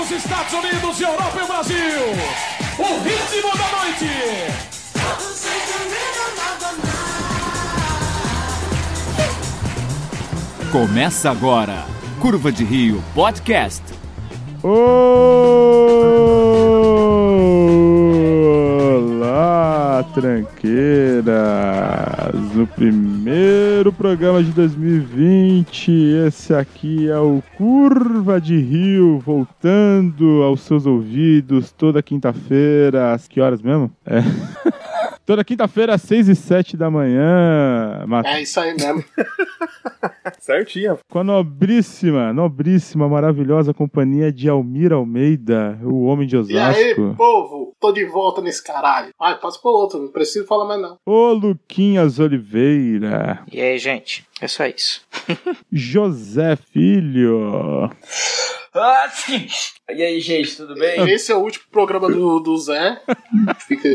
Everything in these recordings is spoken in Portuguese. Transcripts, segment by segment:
dos Estados Unidos, Europa e Brasil. O ritmo da noite. Começa agora, Curva de Rio Podcast. Olá, tranqueiras! No primeiro programa de 2020, esse aqui é o Curva de Rio, voltando aos seus ouvidos toda quinta-feira, às que horas mesmo? Toda quinta-feira, às 6 e 7 da manhã. É isso aí mesmo. Certinho. Com a nobríssima, maravilhosa companhia de Almir Almeida, o homem de Osasco. E aí, povo? Tô de volta nesse caralho. Ai, passa pro outro, não preciso falar mais não. Ô Luquinhas Oliveira. E aí, gente? É só isso. José Filho. Ah, sim. E aí, gente, tudo bem? Esse é o último programa do Zé. Fica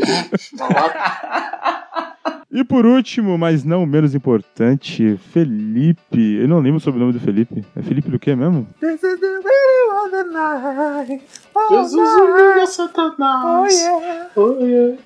E por último, mas não menos importante, Felipe. Eu não lembro sobre o nome do Felipe. É Felipe do quê mesmo? Jesus humilha Satanás. Oh yeah.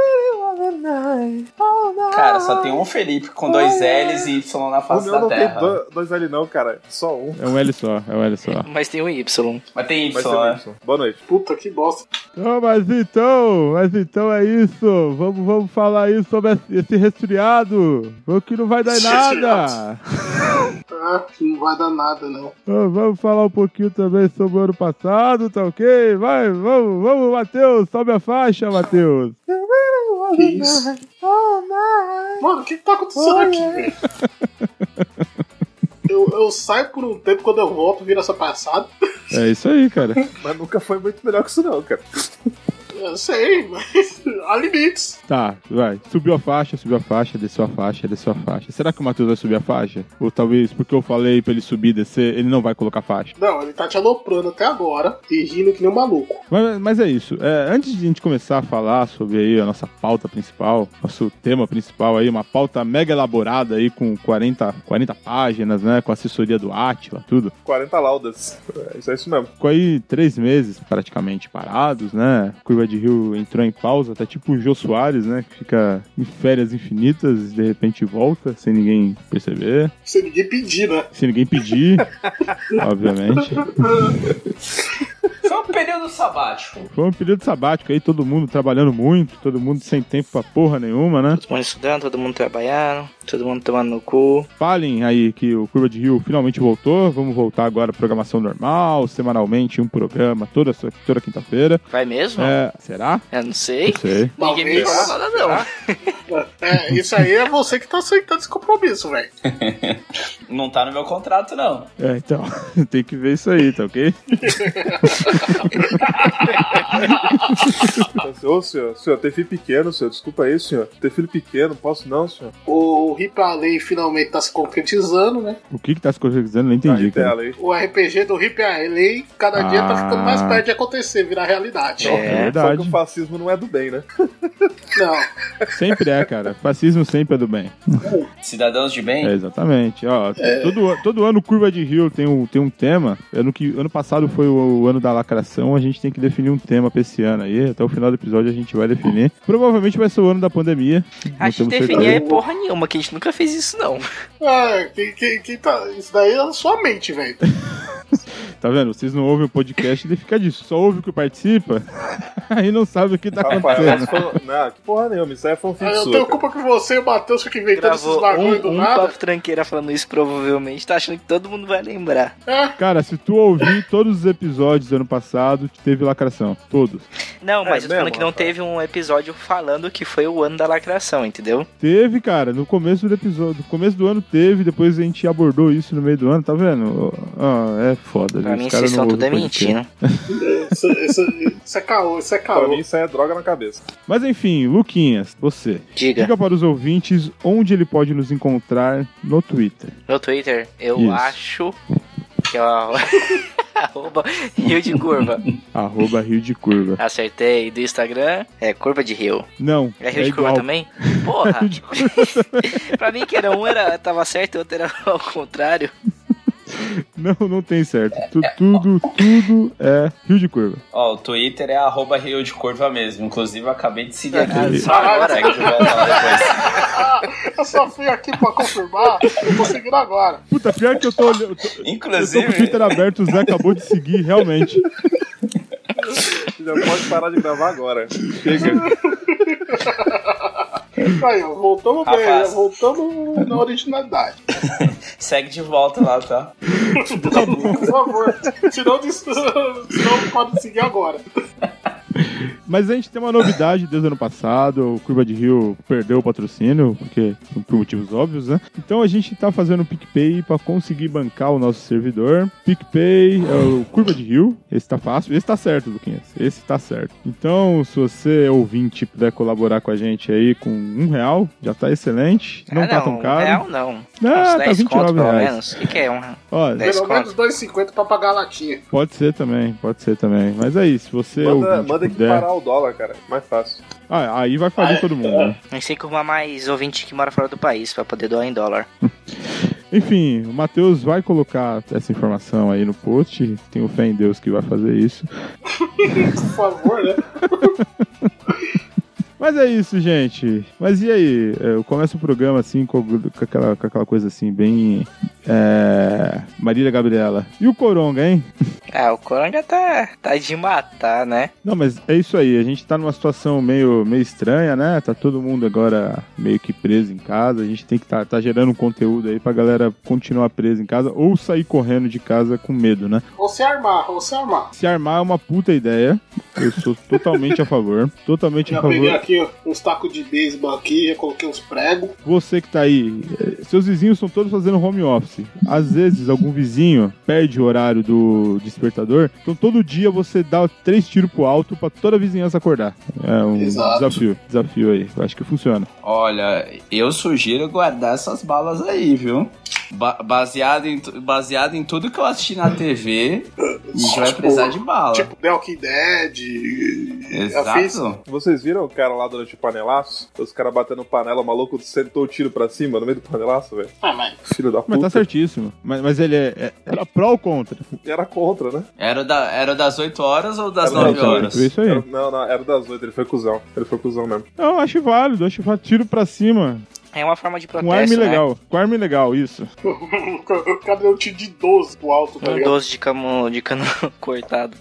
Cara, só tem um Felipe com dois L's e Y na face da terra. Não tem dois L não, cara. Só um. É um L só. Mas tem um Y. Mas tem Y, né? Boa noite. Puta que bosta. Oh, mas então é isso. Vamos falar aí sobre esse resfriado. Que não vai dar nada. Não vai dar nada, não. Vamos falar um pouquinho também sobre o ano passado, tá ok? Vai, vamos, Matheus. Sobe a faixa, Matheus. Que isso? Mano, o que tá acontecendo aqui, velho? Eu saio por um tempo, quando eu volto, vira essa passada. É isso aí, cara. Mas nunca foi muito melhor que isso não, cara. Eu sei, mas há limites. Tá, vai. Subiu a faixa, desceu a faixa. Será que o Matheus vai subir a faixa? Ou talvez porque eu falei pra ele subir e descer, ele não vai colocar faixa? Não, ele tá te aloprando até agora e rindo que nem um maluco. Mas é isso. Antes de a gente começar a falar sobre aí a nossa pauta principal, nosso tema principal aí, uma pauta mega elaborada aí com 40 páginas, né? Com assessoria do Átila, tudo. 40 laudas. É isso mesmo. Ficou aí 3 meses praticamente parados, né? Curva de Rio entrou em pausa, tá tipo o Jô Soares, né? Que fica em férias infinitas e de repente volta sem ninguém perceber. Sem ninguém pedir, né? Sem ninguém pedir, obviamente. Foi um período sabático. Foi um período sabático aí, todo mundo trabalhando muito, todo mundo sem tempo pra porra nenhuma, né? Todo mundo estudando, todo mundo trabalhando, todo mundo tomando no cu. Falem aí que o Curva de Rio finalmente voltou, vamos voltar agora à programação normal, semanalmente um programa, toda quinta-feira. Vai mesmo? Será? Eu não sei. Não sei. Ninguém me falou nada, não. Isso aí é você que tá aceitando esse compromisso, velho. Não tá no meu contrato, não. Então, tem que ver isso aí, tá ok? Ô, senhor, tem filho pequeno, senhor. Desculpa aí, senhor. Tem filho pequeno, posso não, senhor. O Rip Alley finalmente tá se concretizando, né? O que tá se concretizando? Não entendi, cara. O RPG do Rip Alley cada dia tá ficando mais perto de acontecer, virar realidade. É verdade. Só que o fascismo não é do bem, né? Não. Sempre é, cara. Fascismo sempre é do bem. Cidadãos de bem? Exatamente. Ó, todo ano Curva de Rio tem um tema. Ano passado foi o ano da lacração, a gente tem que definir um tema pra esse ano aí. Até o final do episódio a gente vai definir. Provavelmente vai ser o ano da pandemia. A gente definir é porra nenhuma, que a gente nunca fez isso, não. Isso daí é sua mente, velho. Tá vendo? Vocês não ouvem o podcast e ele fica disso. Só ouve o que participa, aí não sabe o que tá acontecendo. Não, que porra nenhuma, isso aí é fanfic Eu sua. tenho culpa que você e o Matheus ficam inventando esses bagulho do nada. Papo tranqueira falando isso, provavelmente tá achando que todo mundo vai lembrar. Cara, se tu ouvir todos os episódios do ano passado, teve lacração. Todos. Não, mas eu tô falando que não teve um episódio falando que foi o ano da lacração, entendeu? Teve, cara, no começo do episódio. No começo do ano teve, depois a gente abordou isso no meio do ano, tá vendo? É foda. Pra mim, vocês são tudo mentindo. Isso é caô. Pra mim, isso aí é droga na cabeça. Mas enfim, Luquinhas, você. Diga para os ouvintes onde ele pode nos encontrar no Twitter. No Twitter, eu acho que é arroba Rio de Curva. Arroba Rio de Curva. Acertei. Do Instagram é Curva de Rio. Não. É Rio de Curva também? Porra. Pra mim que era um tava certo e o outro era ao contrário. Não tem certo. Tudo é Rio de Curva. Ó, o Twitter é @Rio de Curva mesmo. Inclusive, eu acabei de seguir aqui. Só agora. Segue de volta lá depois. Eu só fui aqui pra confirmar, eu tô seguindo agora. Puta, pior que eu tô olhando. Inclusive... Eu tô com o Twitter aberto, o Zé acabou de seguir, realmente. Já pode parar de gravar agora. Chega. Aí, voltamos bem, já voltamos na originalidade. Segue de volta lá, tá? Por favor. Senão pode seguir agora. Mas a gente tem uma novidade desde o ano passado. O Curva de Rio perdeu o patrocínio, porque por motivos óbvios, né? Então a gente tá fazendo o PicPay pra conseguir bancar o nosso servidor. PicPay é o Curva de Rio. Esse tá fácil. Esse tá certo, Luquinhas. Esse tá certo. Então, se você, ouvinte, puder colaborar com a gente aí com R$1, já tá excelente. Não tá tão caro. R$1 não. Ah, uns tá 10 conto, pelo R$29. menos. O que é R$1? Ó, Pelo menos R$2,50 pra pagar a latinha. pode ser também. Mas aí, se você ouvinte, Manda puder... equiparar o dólar, cara. Mais fácil. Aí vai falir todo mundo, né? A gente tem que arrumar mais ouvinte que mora fora do país pra poder doar em dólar. Enfim, o Matheus vai colocar essa informação aí no post. Tenho fé em Deus que vai fazer isso. Por favor, né? Mas é isso, gente. Mas e aí? Eu começo o programa assim com aquela coisa assim, bem... Marília Gabriela. E o Coronga, hein? O Coronga tá de matar, né? Não, mas é isso aí. A gente tá numa situação meio estranha, né? Tá todo mundo agora meio que preso em casa. A gente tem que tá gerando um conteúdo aí pra galera continuar presa em casa ou sair correndo de casa com medo, né? Ou se armar. Se armar é uma puta ideia. Eu sou totalmente a favor. Totalmente a favor. Já peguei aqui uns tacos de beisebol aqui, já coloquei uns pregos. Você que tá aí, seus vizinhos estão todos fazendo home office. Às vezes, algum vizinho perde o horário do despertador. Então, todo dia você dá 3 tiros pro alto pra toda a vizinhança acordar. É um desafio aí. Eu acho que funciona. Olha, eu sugiro guardar essas balas aí, viu? Baseado em tudo que eu assisti na TV, a gente vai precisar de bala. Tipo The Walking Dead. Exato. Vocês viram o cara lá durante o panelaço? Os caras batendo panela, o maluco sentou o tiro pra cima no meio do panelaço, velho. Mas... Filho da puta. Mas tá certíssimo. Mas ele era pró ou contra? Era contra, né? Era das 8 horas ou das 9 horas? Isso aí. Não, era das 8, ele foi cuzão mesmo. Não, acho válido, tiro pra cima. É uma forma de protesto, Com arma né? legal. Com arma legal, isso. Cadê o tiro de 12 pro alto, tá ligado? 12 de cano cortado.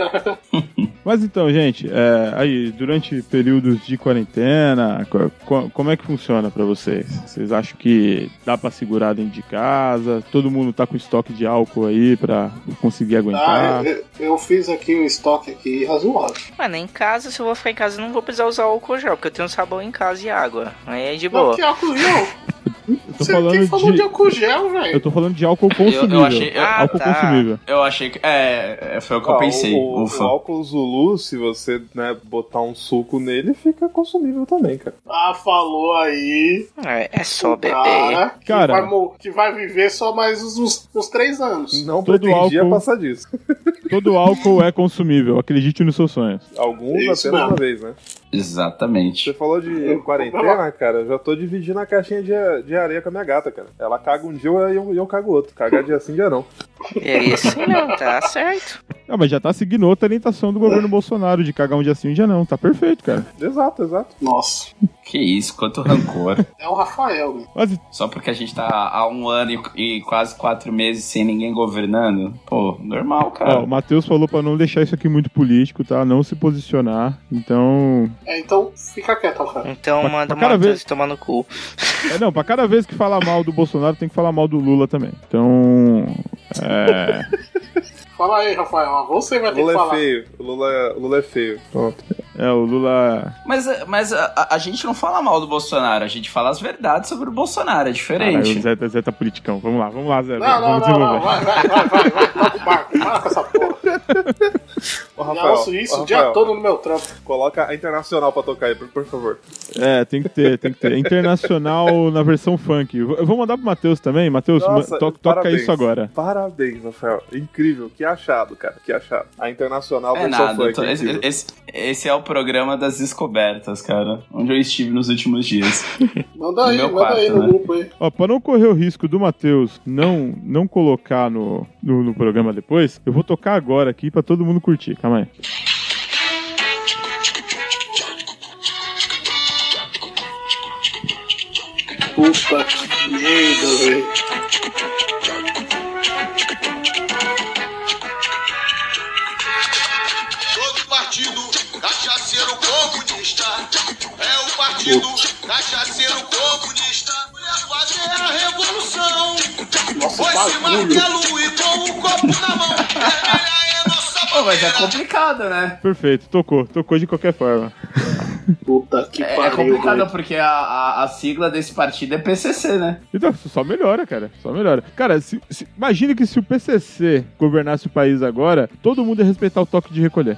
Mas então, gente, aí, durante períodos de quarentena, como é que funciona pra vocês? Vocês acham que dá pra segurar dentro de casa? Todo mundo tá com estoque de álcool aí pra conseguir aguentar? Eu fiz aqui um estoque aqui razoável. Mano, em casa, se eu vou ficar em casa, eu não vou precisar usar álcool gel, porque eu tenho sabão em casa e água. Aí é de boa. Não, que álcool gel? Quem falou de álcool gel, velho? Eu tô falando de álcool consumível. Álcool consumível. Eu achei que... foi o que eu pensei. O álcool Zulu, se você botar um suco nele, fica consumível também, cara. Falou aí. É só beber. Cara, que vai viver só mais uns 3 anos. Não pretendia passar disso. Todo álcool é consumível, acredite nos seus sonhos. Alguns apenas uma vez, né? Exatamente. Você falou de quarentena, cara, eu já tô dividindo a caixinha de areia com a minha gata, cara. Ela caga um dia e eu cago outro. Cagar dia sim, dia não. É isso não, tá certo. Não, mas já tá seguindo outra orientação do governo Bolsonaro de cagar um dia sim, um dia não. Tá perfeito, cara. Exato. Nossa. Que isso, quanto rancor. É o Rafael, né? Mas... Só porque a gente tá há 1 ano e quase 4 meses sem ninguém governando? Pô, normal, cara. O Matheus falou pra não deixar isso aqui muito político, tá? Não se posicionar, então... Então fica quieto, Rafael. Então manda o Matheus tomar no cu. Não, pra cada vez que falar mal do Bolsonaro, tem que falar mal do Lula também. Então... Fala aí, Rafael. Você vai ter que falar. O Lula é feio. Pronto. O Lula... Mas a gente não fala mal do Bolsonaro, a gente fala as verdades sobre o Bolsonaro, é diferente. O Zé tá politicão. Vamos lá, Zé. Não, vai. Toca o barco. Para com essa porra. Ô, Rafael, Eu ouço isso o dia todo no meu trampo. Coloca a Internacional pra tocar aí, por favor. Tem que ter. Internacional na versão funk. Eu vou mandar pro Matheus também. Matheus, toca isso agora. Parabéns, Rafael. Incrível. Que achado, cara. Que achado. A Internacional versão funk. Esse é o programa das descobertas, cara. Onde eu estive nos últimos dias. Manda aí no grupo aí. Ó, pra não correr o risco do Matheus não colocar no programa depois, eu vou tocar agora aqui pra todo mundo curtir. Calma aí. Puta que merda, velho. Todo partido cachaceiro comunista é o partido cachaceiro comunista. Vai fazer a revolução. Foi esse martelo e com o copo na mão. É nossa Pô, mas é complicado, né? Perfeito, tocou de qualquer forma. Puta que pariu. É complicado porque a sigla desse partido é PCC, né? Então, só melhora, cara. Só melhora. Cara, imagine que se o PCC governasse o país agora, todo mundo ia respeitar o toque de recolher.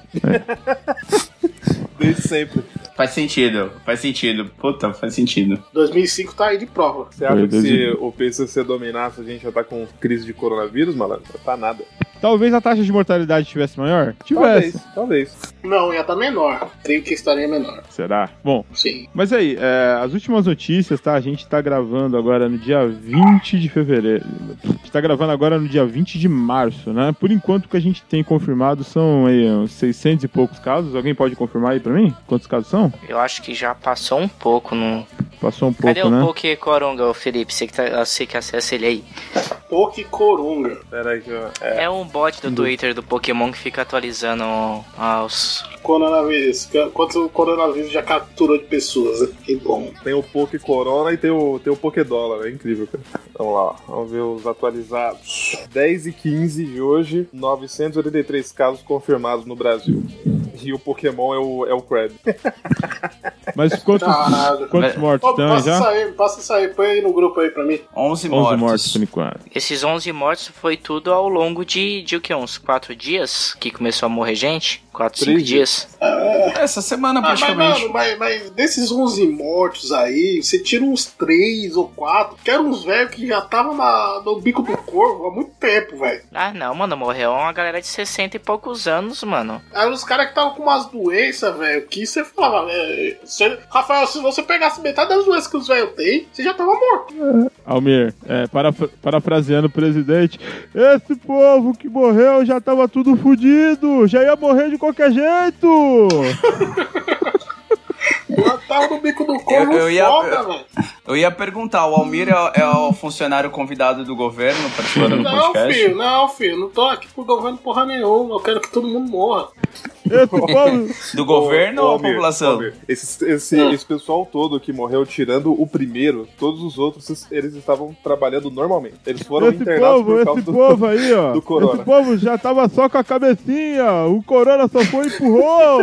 Desde sempre. Faz sentido. Puta, faz sentido. 2005 tá aí de prova. Você acha que se o PCC dominasse, a gente já tá com crise de coronavírus, malandro? Não tá nada. Talvez a taxa de mortalidade tivesse maior? Tivesse. Talvez. Não, ia estar menor. Creio que estaria menor. Será? Bom. Sim. Mas aí, as últimas notícias, tá? A gente tá gravando agora no dia 20 de fevereiro. A gente tá gravando agora no dia 20 de março, né? Por enquanto, o que a gente tem confirmado são aí uns 600 e poucos casos. Alguém pode confirmar aí pra mim? Quantos casos são? Eu acho que já passou um pouco no... Passou um pouco, Cadê né? o Poké Coronga, Felipe? Você que acessa ele aí. Poké Coronga. Pera aí que eu... É um bot do Twitter do Pokémon que fica atualizando os... Coronavírus. Quanto o coronavírus já capturou de pessoas, né? Que bom. Tem o Poké Corona e tem o Poké Dólar. É incrível, cara. Vamos lá. Vamos ver os atualizados. 10h15 de hoje, 983 casos confirmados no Brasil. E o Pokémon é o Crab. Mas quantos mortos estão já? Passa isso aí, põe aí no grupo aí pra mim. 11 mortos por enquanto. Esses 11 mortos foi tudo ao longo de o quê? Uns 4 dias que começou a morrer gente? 4, 5 dias? Essa semana praticamente. Mas desses 11 mortos aí, você tira uns 3 ou 4, que eram uns velhos que já estavam no bico do corvo há muito tempo, velho. Ah, não, mano, morreu uma galera de 60 e poucos anos, mano. Eram os caras que estavam com umas doenças, velho, que você falava, Rafael, se você pegasse metade das doenças que os velhos têm, você já tava morto. Almir, parafraseando o presidente, esse povo que morreu já tava tudo fudido, já ia morrer de qualquer jeito. Já tava no bico do corvo foda, velho. Eu ia perguntar, o Almir é o funcionário convidado do governo participando do podcast? Não, filho, não tô aqui pro governo porra nenhuma, eu quero que todo mundo morra. Do governo ou da população? Esse pessoal todo que morreu, tirando o primeiro, todos os outros, eles estavam trabalhando normalmente. Eles foram internados por causa povo aí, ó, do corona. Esse povo já tava só com a cabecinha, o corona só foi e empurrou.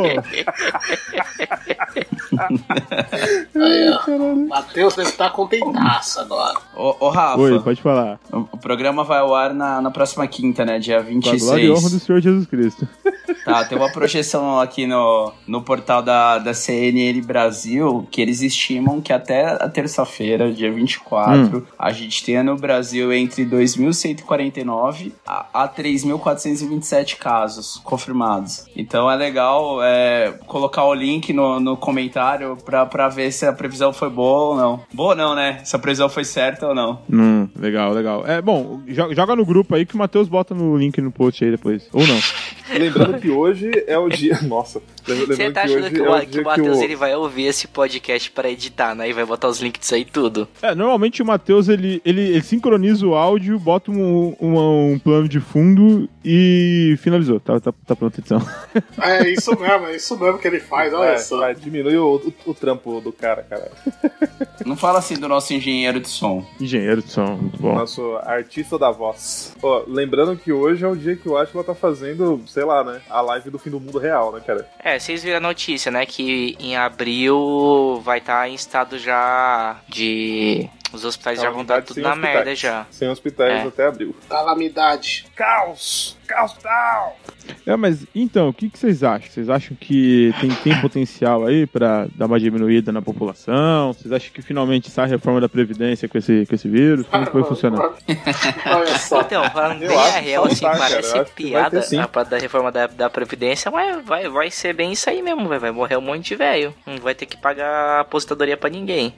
Aí, ó. Matheus deve estar contentaço agora. Ô, Rafa. Oi, pode falar. O programa vai ao ar na próxima quinta, né? Dia 26. Com a glória e honra do Senhor Jesus Cristo. Tá, tem uma projeção aqui no portal da CNN Brasil que eles estimam que até a terça-feira, dia 24, a gente tenha no Brasil entre 2.149 a 3.427 casos confirmados. Então é legal colocar o link no comentário pra ver se a previsão foi boa ou não. Boa não, né? Se a previsão foi certa ou não. Legal. Bom, joga no grupo aí que o Matheus bota no link no post aí depois. Ou não. Lembrando que hoje é o dia... Nossa. Você tá achando que o Matheus ele vai ouvir esse podcast pra editar, né? E vai botar os links disso aí tudo. Normalmente o Matheus, ele sincroniza o áudio, bota um plano de fundo e finalizou. Tá pronta a edição. É isso mesmo que ele faz, olha só. Diminui o trampo do cara. Não fala assim do nosso engenheiro de som. Engenheiro de som, muito bom. Nosso artista da voz. Lembrando que hoje é o dia que o Atila tá fazendo, sei lá, né? A live do fim do mundo real, né, cara? Vocês viram a notícia, né? Que em abril vai estar em estado já de Os hospitais já vão estar tudo na merda já. Sem hospitais até abril. Calamidade. Caos total. Mas então, o que vocês acham? Vocês acham que tem potencial aí pra dar uma diminuída na população? Vocês acham que finalmente sai a reforma da Previdência com esse vírus? Como que vai funcionar? Olha só. Então, falando bem a real, assim, parece piada a parte da reforma da Previdência, mas vai ser bem isso aí mesmo, vai morrer um monte de velho. Não vai ter que pagar aposentadoria pra ninguém.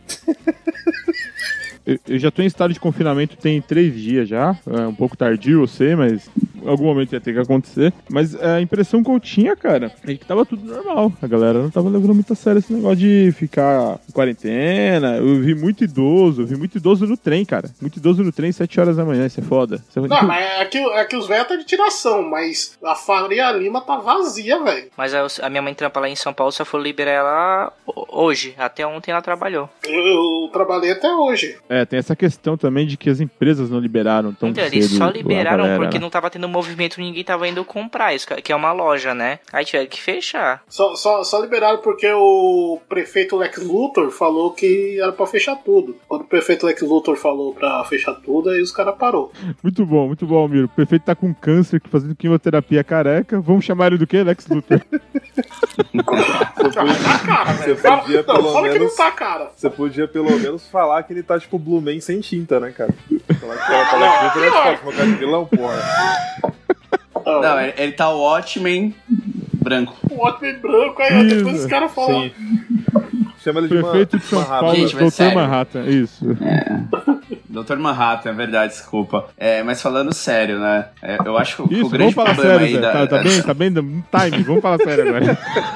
Eu já tô em estado de confinamento tem 3 dias já, é um pouco tardio, eu sei, mas em algum momento ia ter que acontecer. Mas a impressão que eu tinha, cara, é que tava tudo normal. A galera não tava levando muito a sério esse negócio de ficar em quarentena. Eu vi muito idoso no trem, cara. Muito idoso no trem 7 horas da manhã, isso é foda. Não, mas é que os velhos tá de tiração, mas a Faria Lima tá vazia, velho. Mas a minha mãe trampa lá em São Paulo, só foi liberar ela hoje. Até ontem ela trabalhou. Eu trabalhei até hoje. Tem essa questão também de que as empresas não liberaram tão cedo. Eles só liberaram galera, porque né? não tava tendo movimento, ninguém tava indo comprar. Isso que é uma loja, né? Aí tiveram que fechar. Só liberaram porque o prefeito Lex Luthor falou que era pra fechar tudo. Quando o prefeito Lex Luthor falou pra fechar tudo, aí os caras parou. Muito bom, Almiro. O prefeito tá com câncer, fazendo quimioterapia careca. Vamos chamar ele do quê? Lex Luthor. Você podia pelo menos falar que ele tá tipo Blue Man sem tinta, né, cara? Falar que ela tá com cara de vilão, porra. Não, ele tá o Watchmen branco. O Watchmen branco, aí depois os caras falam. Chama ele de prefeito de São Paulo, gente, Dr. Manhattan, isso. Dr. Manhattan, é verdade, desculpa. Mas falando sério, né? Eu acho que isso, o grande vamos falar problema sério, aí Zé. Tá bem no time, vamos falar sério agora.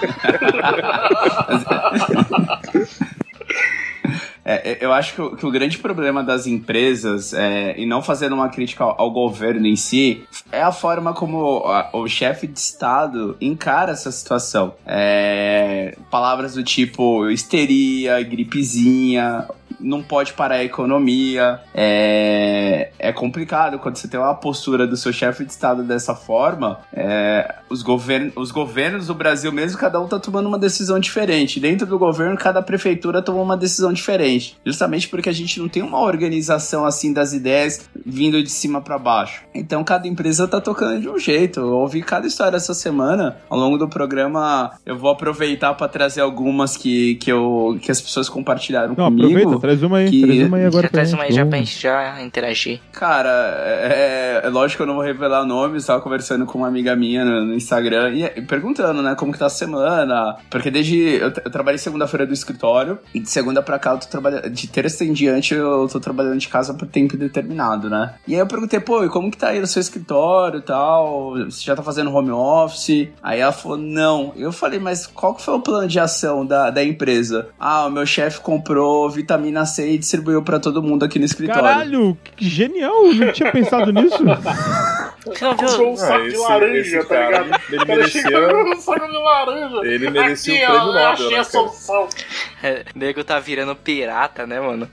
Eu acho que o grande problema das empresas, e não fazendo uma crítica ao governo em si, é a forma como o chefe de Estado encara essa situação. Palavras do tipo histeria, gripezinha, não pode parar a economia. É complicado quando você tem uma postura do seu chefe de Estado dessa forma. Os governos do Brasil mesmo, cada um tá tomando uma decisão diferente. Dentro do governo, cada prefeitura tomou uma decisão diferente. Justamente porque a gente não tem uma organização assim das ideias vindo de cima pra baixo. Então cada empresa tá tocando de um jeito. Eu ouvi cada história essa semana. Ao longo do programa eu vou aproveitar pra trazer algumas que as pessoas compartilharam comigo. Aproveita, traz uma aí agora. Traz uma aí já pra gente já interagir. Cara, é lógico que eu não vou revelar nomes. Estava conversando com uma amiga minha no Instagram e perguntando, né, como que tá a semana. Porque eu trabalhei segunda-feira do escritório e de segunda pra cá eu tô trabalhando, de terça em diante eu tô trabalhando de casa por tempo determinado, né? E aí eu perguntei, e como que tá aí no seu escritório e tal? Você já tá fazendo home office? Aí ela falou, não. Eu falei, mas qual que foi o plano de ação da empresa? O meu chefe comprou vitamina C e distribuiu pra todo mundo aqui no escritório. Caralho, que genial! Eu não tinha pensado nisso. Comprou um saco de laranja, tá ligado? Ele merecia um saco de laranja. Ele merecia o prêmio Nobel, eu achei a solução. Nego tá virando pirata, né, mano?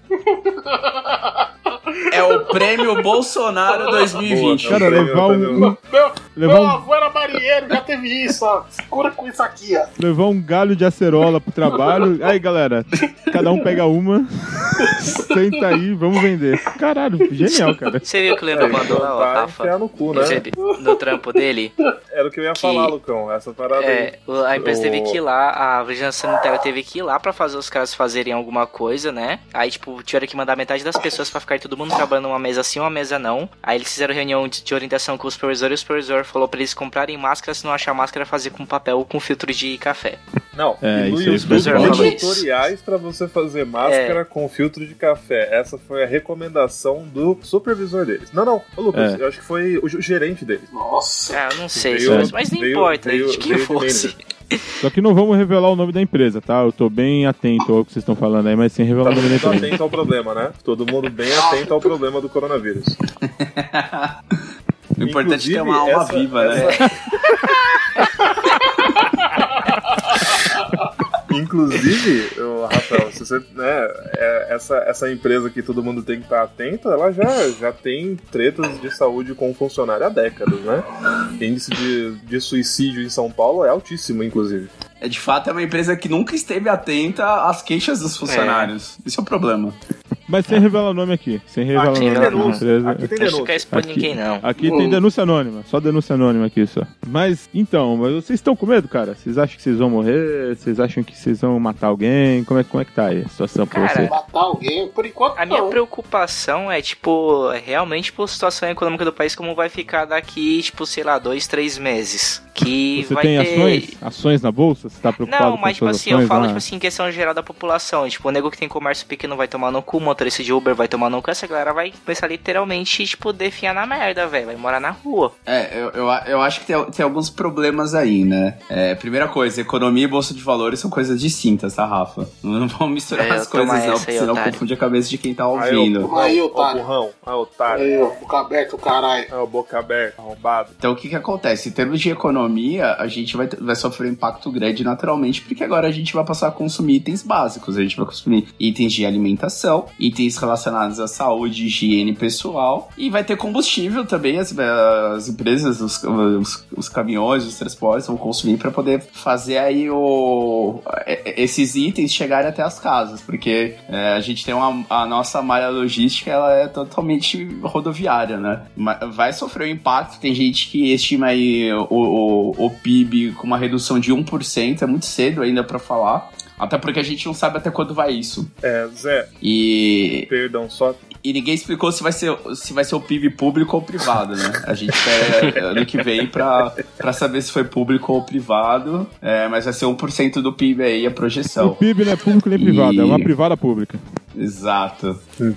É o prêmio Bolsonaro 2020. Cara, levar Meu avô era marinheiro, já teve isso, ó. Cura com isso aqui, ó. Levar um galho de acerola pro trabalho. Aí, galera, cada um pega uma. Senta aí, vamos vender. Caralho, genial, cara. Você viu que o Leandro mandou lá, ó, Rafa? No cu, né? No trampo dele? Era o que eu ia falar, Lucão, essa parada aí. A empresa teve que ir lá, a vigilância sanitária teve que ir lá pra fazer os caras fazerem alguma coisa, né? Aí, tipo, tiveram que mandar metade das pessoas pra ficar todo mundo trabalhando numa mesa sim, uma mesa não. Aí eles fizeram reunião de orientação com o supervisor e o supervisor falou pra eles comprarem máscara, se não achar máscara, fazer com papel ou com filtro de café. Não, e no isso YouTube tem tutoriais pra você fazer máscara com filtro de café. Essa foi a recomendação do supervisor deles. Não, Lucas, eu acho que foi o gerente deles. Nossa. Eu não sei, mas não importa de quem fosse. Só que não vamos revelar o nome da empresa, tá? Eu tô bem atento ao que vocês estão falando aí, mas sem revelar o nome da empresa. Atento ao problema, né? Todo mundo bem atento ao problema do coronavírus. O importante é ter uma alma viva, né? Inclusive, Rafael, se você, né, essa empresa que todo mundo tem que estar atento, ela já tem tretas de saúde com o funcionário há décadas, né? O índice de suicídio em São Paulo é altíssimo, inclusive. De fato, é uma empresa que nunca esteve atenta às queixas dos funcionários. Esse é o problema. Mas sem revelar o nome aqui. Sem revelar o nome da empresa. Aqui tem Não denúncia. quer expor ninguém, não. Aqui tem denúncia anônima. Só denúncia anônima aqui, só. Mas vocês estão com medo, cara? Vocês acham que vocês vão morrer? Vocês acham que vocês vão matar alguém? Como é que tá aí a situação pra Cara, você? Matar alguém? Por enquanto A minha preocupação é, tipo, realmente por situação econômica do país, como vai ficar daqui, tipo, sei lá, 2, 3 meses. Que Você vai tem ter... ações na bolsa? Você tá preocupado Não, com mas tipo suas assim, eu ações, falo, né? tipo assim, em questão geral da população. Tipo, o nego que tem comércio pequeno vai tomar no cu, o motorista de Uber vai tomar no cu, essa galera vai começar literalmente, tipo, definhar na merda, velho. Vai morar na rua. Eu acho que tem alguns problemas aí, né? Primeira coisa, economia e bolsa de valores são coisas distintas, tá, Rafa? Não vamos misturar as coisas, não, porque senão confunde a cabeça de quem tá ouvindo. Aí, Ó, otário. burrão. Otário. Aí, ó, boca aberta, caralho. É o boca aberta, arrombado. Então, o que acontece? Em termos de economia, a gente vai sofrer um impacto grande naturalmente, porque agora a gente vai passar a consumir itens básicos. A gente vai consumir itens de alimentação, itens relacionados à saúde, higiene pessoal, e vai ter combustível também. As empresas, os caminhões, os transportes vão consumir para poder fazer aí esses itens chegarem até as casas, porque a gente tem a nossa malha logística, ela é totalmente rodoviária, né? Vai sofrer um impacto. Tem gente que estima aí o PIB com uma redução de 1%, é muito cedo ainda pra falar. Até porque a gente não sabe até quando vai isso. Zé. Perdão, só... E ninguém explicou se vai ser o PIB público ou privado, né? A gente quer ano que vem pra saber se foi público ou privado, mas vai ser 1% do PIB aí a projeção. O PIB não é público nem privado, é uma privada pública. Exato.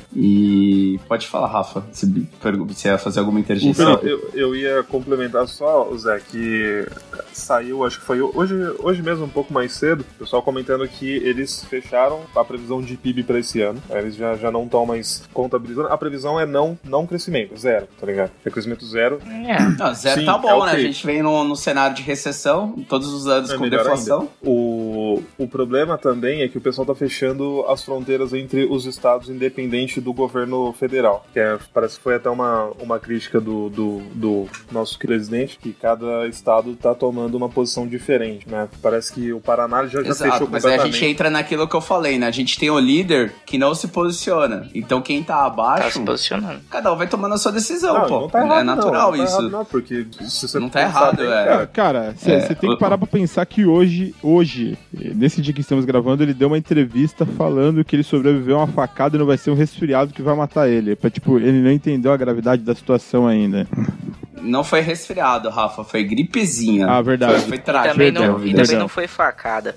E pode falar, Rafa, se ia fazer alguma interjeição. Eu ia complementar só, Zé, que saiu, acho que foi hoje mesmo, um pouco mais cedo, o pessoal comentando que eles fecharam a previsão de PIB pra esse ano. Eles já não estão mais contabilizando. A previsão é não crescimento, zero, tá ligado? É crescimento zero. Não, zero sim, tá bom, né? A gente vem no cenário de recessão, todos os anos com deflação. O problema também é que o pessoal tá fechando as fronteiras entre os estados independente do governo federal. Que parece que foi até uma crítica do nosso presidente, que cada estado tá tomando uma posição diferente, né? Parece que o Paraná já fechou completamente. Mas aí a gente entra naquilo que eu falei, né? A gente tem o líder que não se posiciona. Então quem tá abaixo... Tá se posicionando. cada um vai tomando a sua decisão, pô. Não tá errado, é natural não, isso. Não, porque se você não tá errado, Cara, você tem que parar pra pensar que hoje, nesse dia que estamos gravando, ele deu uma entrevista falando que ele sobreviveu a uma facada e não vai ser um resfriado que vai matar ele. Ele não entendeu a gravidade da situação ainda. Não foi resfriado, Rafa, foi gripezinha. Ah, verdade. Foi trágico. Também não foi facada.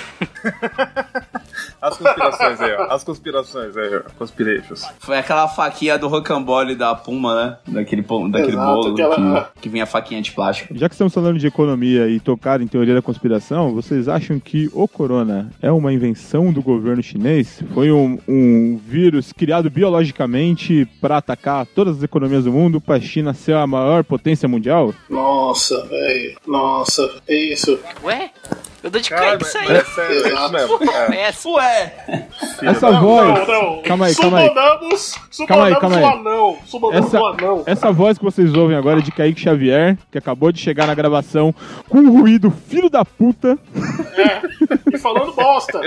As conspirações aí, ó. Conspirations. Foi aquela faquinha do rocambole da Puma, né? Daquele bolo que vinha a faquinha de plástico. Já que estamos falando de economia e tocar em teoria da conspiração, vocês acham que o corona é uma invenção do governo chinês? Foi um vírus criado biologicamente para atacar todas as economias do mundo, para a China ser a maior potência mundial? Nossa, velho. Nossa, é isso. Ué? Eu dou de cara que isso aí. É sério, é isso mesmo. Ué! Essa voz... Não. Calma aí. Subandamos o anão. Subandamos o anão. Essa voz que vocês ouvem agora é de Kaique Xavier, que acabou de chegar na gravação com um ruído filho da puta. E falando bosta.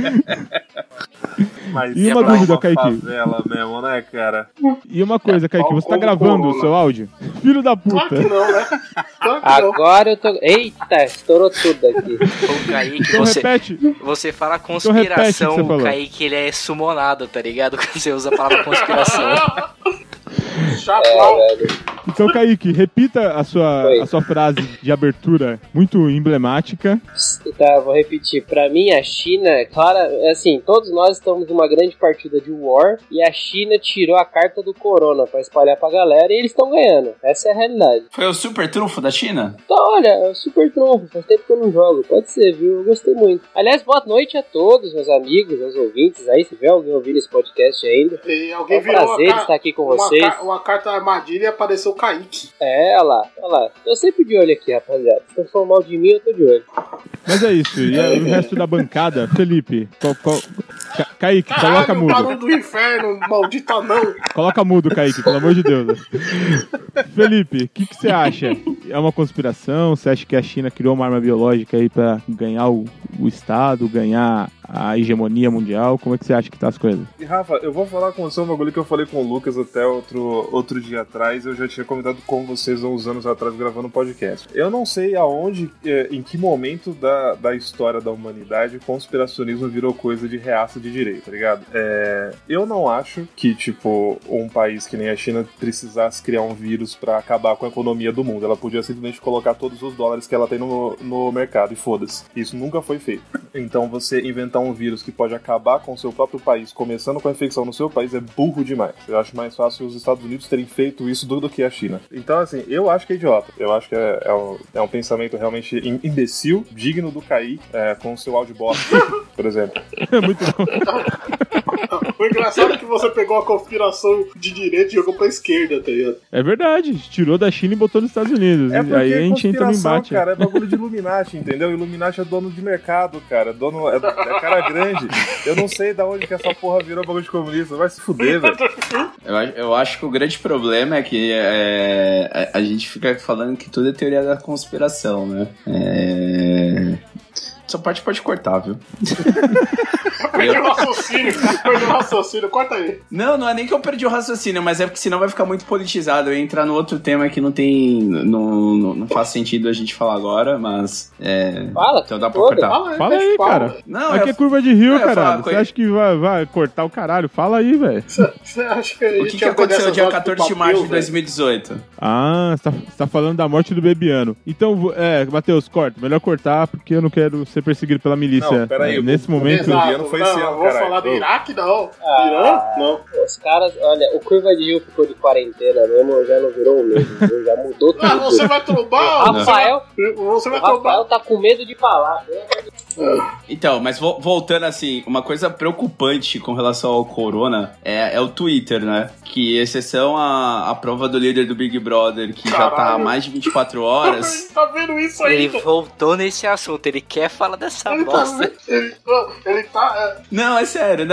Mas e uma dúvida, Kaique. Favela mesmo, né, cara? E uma coisa, Kaique, você tá gravando o seu áudio? Filho da puta. Claro que não, né? Claro que Agora eu tô... Eita, estourou tudo aqui. O Kaique, então repete. Você fala conspiração, Então o Kaique, ele é sumonado, tá ligado? Quando você usa a palavra conspiração. Então, Kaique, repita a sua frase de abertura muito emblemática. Tá, vou repetir. Pra mim, a China, claro, assim, todos nós estamos numa grande partida de war e a China tirou a carta do corona pra espalhar pra galera e eles estão ganhando. Essa é a realidade. Foi o super trunfo da China? Então, olha, é o super trunfo. Faz tempo que eu não jogo. Pode ser, viu? Eu gostei muito. Aliás, boa noite a todos, meus amigos, meus ouvintes aí. Se tiver alguém ouvindo esse podcast ainda. E alguém é um prazer estar aqui com vocês. Uma carta armadilha e apareceu o Kaique. Olha lá. Tô sempre de olho aqui, rapaziada. Se estão falando mal de mim, eu tô de olho. Mas é isso. E o resto da bancada, Felipe, Kaique, coloca mudo. Barulho do inferno, maldito anão. Coloca mudo, Kaique, pelo amor de Deus. Felipe, o que você acha? É uma conspiração? Você acha que a China criou uma arma biológica aí pra ganhar o Estado, ganhar a hegemonia mundial? Como é que você acha que tá as coisas? E Rafa, eu vou falar com você um bagulho que eu falei com o Lucas até outro dia atrás. Eu já tinha comentado com vocês há uns anos atrás gravando um podcast. Eu não sei aonde, em que momento da história da humanidade conspiracionismo virou coisa de reaça de direita, tá ligado? Eu não acho que, tipo, um país que nem a China precisasse criar um vírus pra acabar com a economia do mundo. Ela podia simplesmente colocar todos os dólares que ela tem no mercado e foda-se. Isso nunca foi feito. Então você inventar um vírus que pode acabar com o seu próprio país, começando com a infecção no seu país, é burro demais. Eu acho mais fácil os Estados Unidos terem feito isso do que a China. Então, assim, eu acho que é idiota. Eu acho que é um pensamento realmente imbecil, digno do Kaique, com o seu áudio bosta, por exemplo. É muito bom. O engraçado é que você pegou a conspiração de direita e jogou pra esquerda, tá ligado? É verdade. Tirou da China e botou nos Estados Unidos. É porque aí a gente entra no embate. Cara, é bagulho de Illuminati, entendeu? Illuminati é dono de mercado, cara. É cara grande. Eu não sei da onde que essa porra virou bagulho de comunista. Vai se fuder, velho. Eu acho que o grande problema é que a gente fica falando que tudo é teoria da conspiração, né? Essa parte pode cortar, viu? Perdi o raciocínio, corta aí. Não é nem que eu perdi o raciocínio, mas é porque senão vai ficar muito politizado. Eu ia entrar no outro tema que não faz sentido a gente falar agora, mas... Fala, então dá pra cortar. Fala aí, cara. Não, aqui é curva de rio, caralho. Você coisa... acha que vai cortar o caralho? Fala aí, velho. Você acha que o que aconteceu dia 14 de março de 2018? Ah, você tá falando da morte do Bebiano. Então, Matheus, corta. Melhor cortar, porque eu não quero ser perseguido pela milícia. Não, peraí. Nesse momento... Exato, foi não vou falar do Iraque, não. Irã? Não. Os caras, olha, o Curva de Rio ficou de quarentena mesmo, já não virou o mesmo, já mudou tudo. Ah, você vai trombar? Você vai trombar. Rafael tá com medo de falar. Então, mas voltando assim, uma coisa preocupante com relação ao corona é o Twitter, né? Que, exceção a prova do líder do Big Brother, que já tá há mais de 24 horas... Tá vendo isso aí? Ele voltou nesse assunto, ele quer falar dessa bosta. Ele tá... Não, é sério.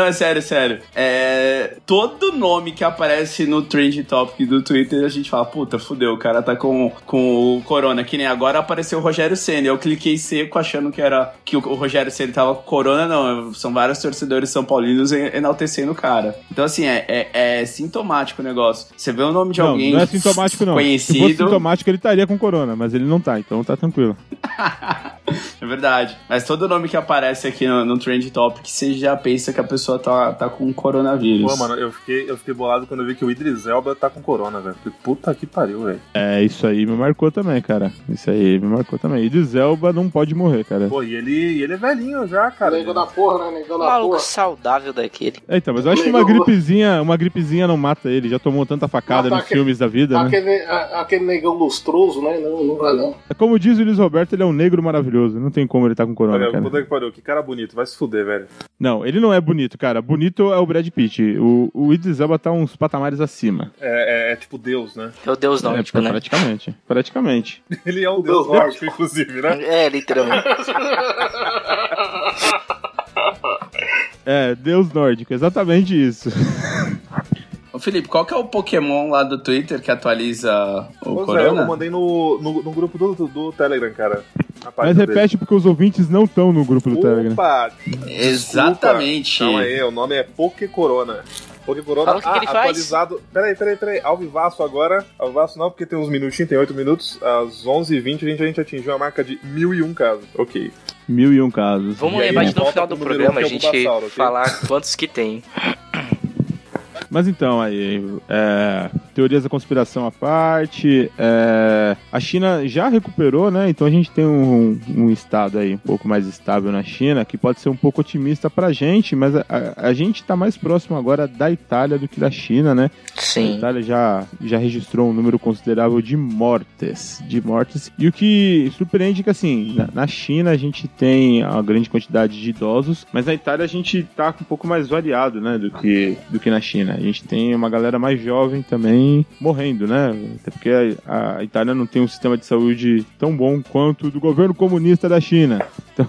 Todo nome que aparece no Trend Topic do Twitter, a gente fala, puta, fudeu, o cara tá com o corona, que nem agora apareceu o Rogério Ceni. Eu cliquei seco achando que o Rogério Ceni tava com corona, não, são vários torcedores são paulinos enaltecendo o cara. Então, assim, é sintomático o negócio. Você vê o nome de alguém não é sintomático, não. Conhecido... Se fosse sintomático, ele estaria com corona, mas ele não tá, então tá tranquilo. É verdade. Mas todo nome que aparece aqui no Trend Topic, você já pensa que a pessoa tá com coronavírus. Pô, mano, eu fiquei bolado quando eu vi que o Idris Elba tá com corona, velho. Puta que pariu, velho. Isso aí me marcou também, cara. Idris Elba não pode morrer, cara. Pô, e ele é velhinho já, cara. Negão da porra, né? Negão da Maluco porra. saudável daquele. Então, mas eu acho que uma gripezinha não mata ele. Já tomou tanta facada nos filmes da vida, né? Aquele negão lustroso, né? Não vai não. Como diz o Luiz Roberto, ele é um negro maravilhoso. Não tem como ele tá com corona, Olha, cara. Puta que pariu, que cara bonito. Vai se fuder, velho. Não, ele não é bonito, cara. Bonito é o Brad Pitt. O Idris Elba tá uns patamares acima. É tipo Deus, né? É o Deus nórdico, né? Praticamente. Ele é um Deus nórdico, inclusive, né? Literalmente. Deus nórdico, exatamente isso. Ô Felipe, qual que é o Pokémon lá do Twitter que atualiza o corona? Eu mandei no grupo do Telegram, cara. Mas repete porque os ouvintes não estão no grupo do Telegram. Exatamente. Calma aí, o nome é Pokécorona. Pokécorona ele atualizado. Peraí. Ao vivaço agora. Ao vivaço não, porque tem uns minutinhos, tem 8 minutos. Às 11h20 a gente atingiu a marca de 1.001 casos. Ok. 1.001 casos. Vamos lembrar de no final do programa a gente falar quantos que tem. Mas então, aí, teorias da conspiração à parte, a China já recuperou, né? Então a gente tem um estado aí um pouco mais estável na China, que pode ser um pouco otimista pra gente, mas a gente tá mais próximo agora da Itália do que da China, né? Sim. A Itália já registrou um número considerável de mortes. E o que surpreende é que, assim, na China a gente tem uma grande quantidade de idosos, mas na Itália a gente tá um pouco mais variado, né? Do que na China. A gente tem uma galera mais jovem também morrendo, né? Até porque a Itália não tem um sistema de saúde tão bom quanto o do governo comunista da China. Então...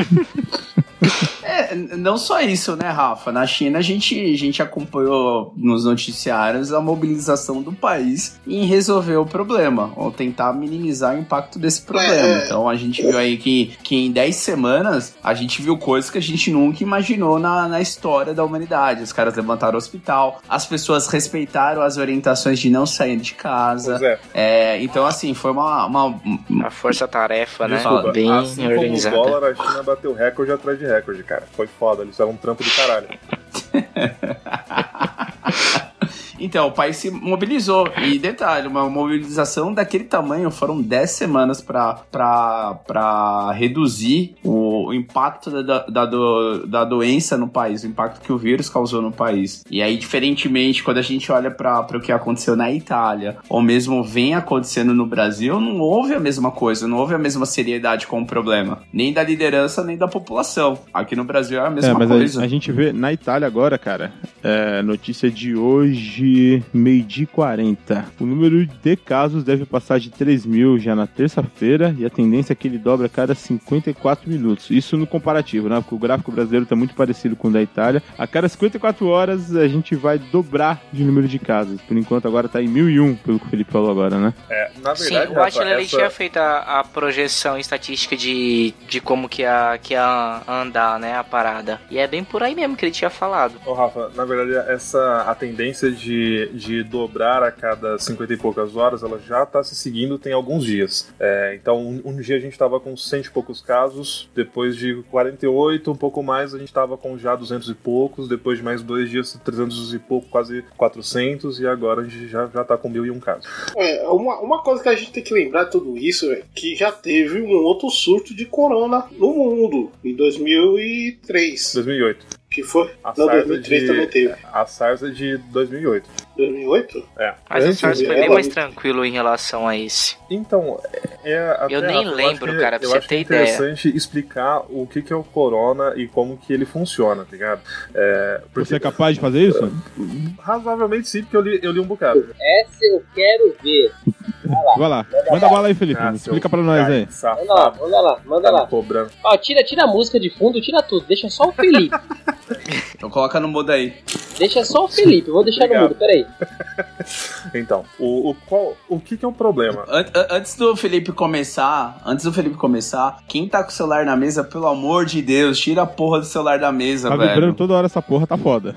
Não só isso, né, Rafa? Na China a gente acompanhou nos noticiários a mobilização do país em resolver o problema, ou tentar minimizar o impacto desse problema. Então a gente viu aí que em 10 semanas a gente viu coisas que a gente nunca imaginou na história da humanidade. Os caras levantaram o hospital, as pessoas respeitaram as orientações de não sair de casa. Então, assim, foi uma força-tarefa, né? Desculpa, Bem assim organizada. Como o dólar, a China bateu recorde atrás de recorde, cara. Foi foda, eles fizeram um trampo do caralho. Então, o país se mobilizou. E detalhe, uma mobilização daquele tamanho foram 10 semanas para reduzir o impacto da doença no país, o impacto que o vírus causou no país. E aí, diferentemente, quando a gente olha para o que aconteceu na Itália, ou mesmo vem acontecendo no Brasil, não houve a mesma coisa, não houve a mesma seriedade com o problema. Nem da liderança, nem da população. Aqui no Brasil é a mesma coisa. A gente vê na Itália agora, cara, notícia de hoje, meio-dia 40. O número de casos deve passar de 3 mil já na terça-feira e a tendência é que ele dobra a cada 54 minutos. Isso no comparativo, né? Porque o gráfico brasileiro está muito parecido com o da Itália. A cada 54 horas a gente vai dobrar de número de casos. Por enquanto agora está em 1.001, pelo que o Felipe falou agora, né? Na verdade, sim, o Attila ele tinha feito a projeção estatística de como que ia andar, né, a parada. E é bem por aí mesmo que ele tinha falado. Ô, Rafa, na verdade, a tendência de dobrar a cada 50 e poucas horas, ela já está se seguindo tem alguns dias. Então, um dia a gente estava com 100 e poucos casos, depois de 48, um pouco mais, a gente estava com já 200 e poucos, depois de mais 2 dias, 300 e pouco, quase 400, e agora a gente já está com 1.001 casos. Uma coisa que a gente tem que lembrar de tudo isso é que já teve um outro surto de corona no mundo, em 2003. 2008. Que foi? Não, 2003 também teve. A SARS é de 2008. 2008? Mas o SARS foi bem mais tranquilo em relação a esse. Então, eu nem lembro, cara, pra você ter ideia. Eu acho interessante explicar o que é o corona e como que ele funciona, tá ligado? Você é capaz de fazer isso? Razoavelmente sim, porque eu li um bocado. Essa eu quero ver. Vai lá. Manda bala aí, Felipe. Explica pra nós aí. Manda lá. Ó, tira a música de fundo, tira tudo. Deixa só o Felipe. Então coloca no mudo aí. Deixa só o Felipe, eu vou deixar no mudo, peraí. Então, o que é o problema? Antes do Felipe começar, quem tá com o celular na mesa, pelo amor de Deus, tira a porra do celular da mesa, velho. Tá vibrando toda hora essa porra, tá foda.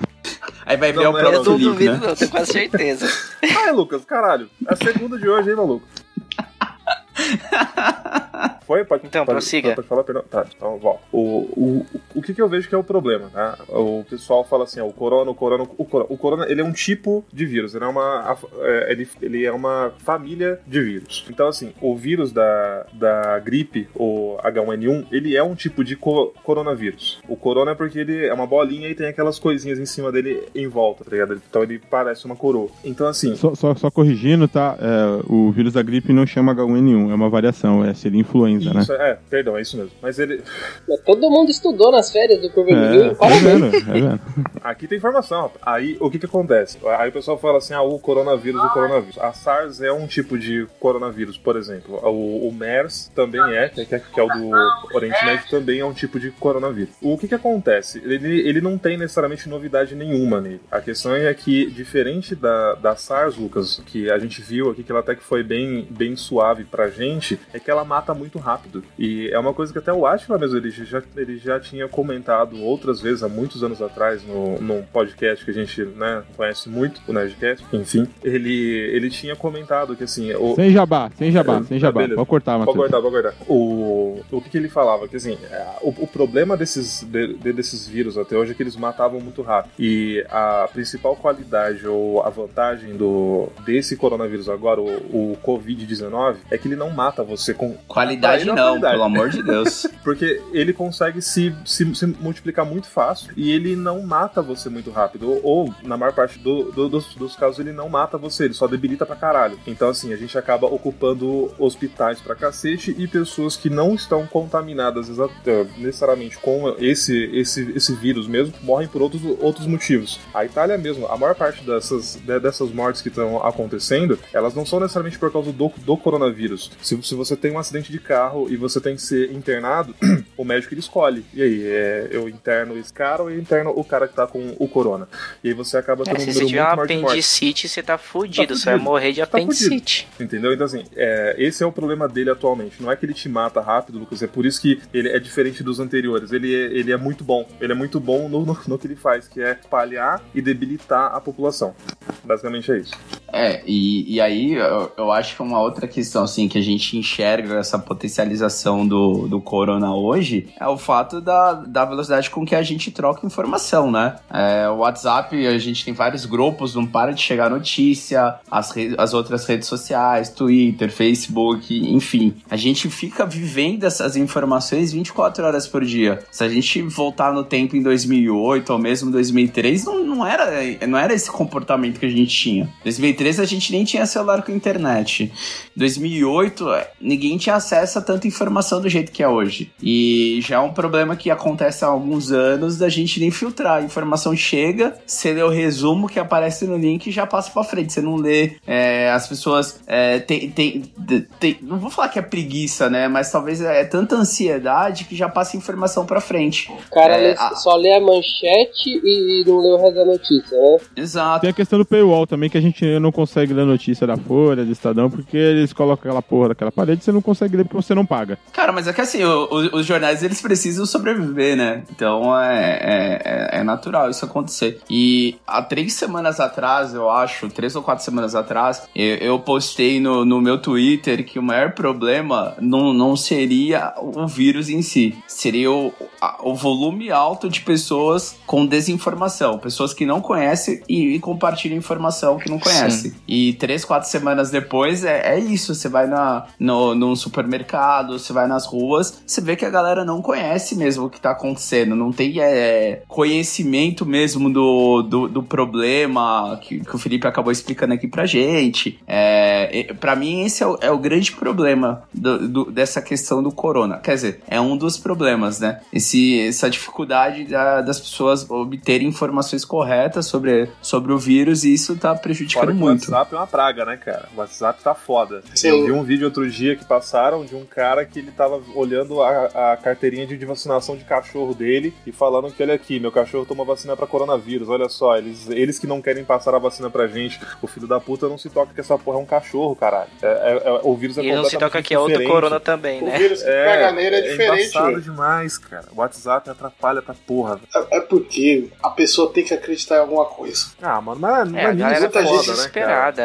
Aí vai ver o próprio Felipe, Eu não duvido, né? não, tenho quase certeza. Lucas, caralho. É a segunda de hoje, hein, maluco? Foi? Pode prossiga. Pode falar, perdão. Tá, então, volta. O que eu vejo que é o problema, tá? O pessoal fala assim, o corona, ele é um tipo de vírus, ele é uma família de vírus. Então, assim, o vírus da gripe, o H1N1, ele é um tipo de coronavírus. O corona é porque ele é uma bolinha e tem aquelas coisinhas em cima dele em volta, tá ligado? Então ele parece uma coroa. Então, assim... Só corrigindo, tá? O vírus da gripe não chama H1N1, é uma variação, seria influenza, isso, né? Perdão, é isso mesmo. Mas ele... Todo mundo estudou nas férias do Curva de Rio. Vendo. Aqui tem informação, rapaz. Aí, o que acontece? Aí o pessoal fala assim, o coronavírus. A SARS é um tipo de coronavírus, por exemplo. O MERS também que é o do Oriente Médio, também é um tipo de coronavírus. O que acontece? Ele não tem necessariamente novidade nenhuma nele. A questão é que, diferente da SARS, Lucas, que a gente viu aqui, que ela até que foi bem suave pra gente, é que ela mata muito rápido. E é uma coisa que até o Attila mesmo, ele já tinha comentado outras vezes, há muitos anos atrás, num podcast que a gente, né, conhece muito, o Nerdcast. Enfim, ele tinha comentado que assim... Sem jabá. Beleza. Pode cortar, Matheus. Pode cortar. O que ele falava? Que assim, o problema desses vírus até hoje é que eles matavam muito rápido. E a principal qualidade ou a vantagem desse coronavírus agora, o Covid-19, é que ele não mata você com... Qualidade não, pelo amor de Deus. Porque ele consegue se multiplicar muito fácil e ele não mata você muito rápido. Ou na maior parte dos casos, ele não mata você, ele só debilita pra caralho. Então, assim, a gente acaba ocupando hospitais pra cacete e pessoas que não estão contaminadas necessariamente com esse vírus mesmo, morrem por outros motivos. A Itália mesmo, a maior parte dessas mortes que estão acontecendo, elas não são necessariamente por causa do coronavírus. Se você tem um acidente de carro bizarro e você tem que ser internado, o médico ele escolhe. E aí, eu interno esse cara ou eu interno o cara que tá com o corona? E aí você acaba tendo um número muito maior de morte. Se tiver uma apendicite, você tá fudido, você vai morrer de apendicite. Entendeu? Então assim, esse é o problema dele atualmente. Não é que ele te mata rápido, Lucas, é por isso que ele é diferente dos anteriores. Ele é muito bom. Ele é muito bom no que ele faz, que é espalhar e debilitar a população. Basicamente é isso. E aí eu acho que uma outra questão assim, que a gente enxerga essa potencialização do corona hoje é o fato da velocidade com que a gente troca informação, né? O WhatsApp, a gente tem vários grupos, não para de chegar notícia, as outras redes sociais, Twitter, Facebook, enfim. A gente fica vivendo essas informações 24 horas por dia. Se a gente voltar no tempo em 2008 ou mesmo 2003, não era esse comportamento que a gente tinha. Em 2003 a gente nem tinha celular com internet. Em 2008 ninguém tinha acesso a tanta informação do jeito que é hoje. E já é um problema que acontece há alguns anos da gente nem filtrar. A informação chega, você lê o resumo que aparece no link e já passa pra frente. Você não lê, as pessoas não vou falar que é preguiça, né? Mas talvez é tanta ansiedade que já passa a informação pra frente. O cara só lê a manchete e não lê o resto da notícia, né? Exato. Tem a questão do paywall também, que a gente não consegue ler notícia da Folha, do Estadão, porque eles colocam aquela porra daquela parede e você não consegue ler porque você não paga. Cara, mas é que assim, os jornais, eles precisam sobreviver, né? Então é natural isso acontecer. E há 3 semanas atrás, eu acho, 3 ou 4 semanas atrás, eu postei no meu Twitter que o maior problema não seria o vírus em si, seria o volume alto de pessoas com desinformação, pessoas que não conhecem e compartilham informação que não conhece. Sim. E 3, 4 semanas depois é isso, você vai num supermercado, você vai nas ruas, você vê que a galera não conhece mesmo o que tá acontecendo, não tem conhecimento mesmo do problema que o Felipe acabou explicando aqui pra gente. Pra mim esse é o grande problema dessa questão do corona, quer dizer, é um dos problemas, né? Essa dificuldade das pessoas obterem informações corretas sobre o vírus, e isso tá prejudicando muito. O WhatsApp é uma praga, né, cara? O WhatsApp tá foda. Sim. Eu vi um vídeo outro dia que passaram de um cara que ele tava olhando a carteirinha de vacinação de cachorro dele e falando que, olha aqui, meu cachorro toma vacina pra coronavírus, olha só, eles que não querem passar a vacina pra gente, o filho da puta não se toca que essa porra é um cachorro, caralho. O vírus é completamente diferente. E não se toca que é outro corona também, né? O vírus que pega nele é diferente. É embaçado demais, cara. O WhatsApp atrapalha pra porra. É porque a pessoa tem que acreditar em alguma coisa. Ah, mano, mas a galera tá desesperada.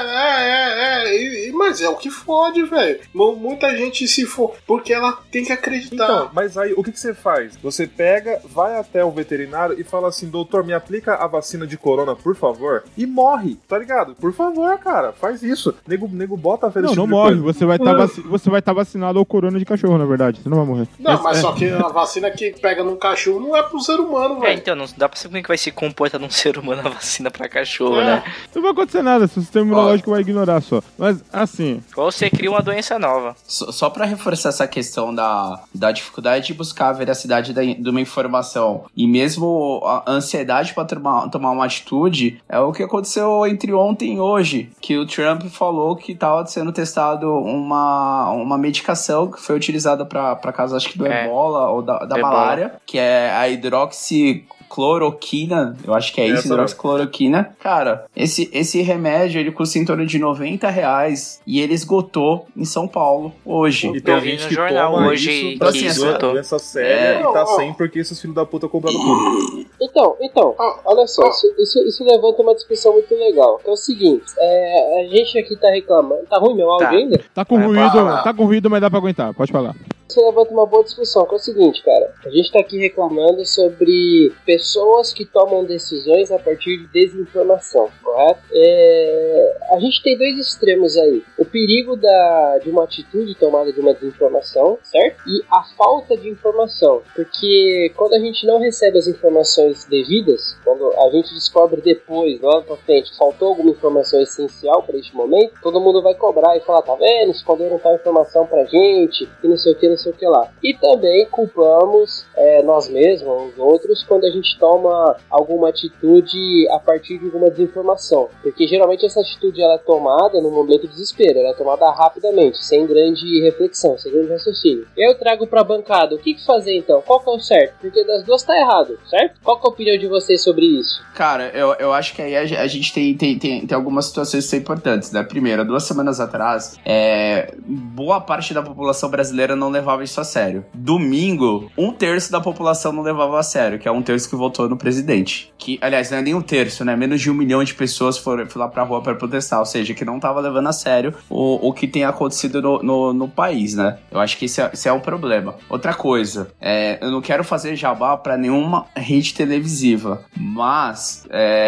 Mas é o que fode, velho. Muita gente se for, porque ela tem que acreditar. Então, mas aí, o que você faz? Você pega, vai até o veterinário e fala assim, doutor, me aplica a vacina de corona, por favor, e morre, tá ligado? Por favor, cara, faz isso. Nego bota a fé não morre, você vai estar vacinado ao corona de cachorro, na verdade, você não vai morrer. Não, mas só que a vacina que pega num cachorro não é pro ser humano, velho. Então, não dá pra saber como é que vai se comportar num ser humano a vacina pra cachorro, né? Não vai acontecer nada, seu sistema imunológico vai ignorar só. Mas, assim... Ou você cria uma doença nova. Só pra reforçar essa questão da dificuldade de buscar a veracidade de uma informação e mesmo a ansiedade pra tomar uma atitude, é o que aconteceu entre ontem e hoje, que o Trump falou que tava sendo testado uma medicação que foi utilizada pra caso, acho que do ebola ou da malária, que é a hidroxicloroquina, eu acho que é isso, hidroxicloroquina. Cara, esse remédio, ele custa em torno de R$90 e ele esgotou em São Paulo hoje. E tem gente que toma hoje isso, que esgotou. Doença séria e tá sem porque esses filhos da puta compraram tudo. Então, olha só, isso levanta uma discussão muito legal, que é o seguinte, a gente aqui tá reclamando, tá ruim meu áudio ainda? Tá com ruído, mas dá pra aguentar, pode falar. Isso levanta uma boa discussão, que é o seguinte, cara. A gente tá aqui reclamando sobre pessoas que tomam decisões a partir de desinformação, correto? A gente tem 2 extremos aí. O perigo de uma atitude tomada de uma desinformação, certo? E a falta de informação. Porque quando a gente não recebe as informações devidas, quando a gente descobre depois, lá pra frente, faltou alguma informação essencial para este momento, todo mundo vai cobrar e falar, tá vendo? Esconderam tal informação pra gente, e não sei o que lá. E também culpamos somos nós mesmos, os outros, quando a gente toma alguma atitude a partir de alguma desinformação. Porque geralmente essa atitude ela é tomada no momento de desespero, ela é tomada rapidamente, sem grande reflexão, sem grande raciocínio. Eu trago pra bancada, o que fazer então? Qual que é o certo? Porque das duas tá errado, certo? Qual que é a opinião de vocês sobre isso? Cara, eu acho que aí a gente tem algumas situações que são importantes, né? Primeiro, 2 semanas atrás, boa parte da população brasileira não levava isso a sério. Domingo, 1/3 da população não levava a sério, que é 1/3 que votou no presidente. Que, aliás, não é nem 1/3, né? Menos de 1 milhão de pessoas foram lá pra rua pra protestar, ou seja, que não tava levando a sério o que tem acontecido no país, né? Eu acho que esse é um problema. Outra coisa, eu não quero fazer jabá pra nenhuma rede televisiva, mas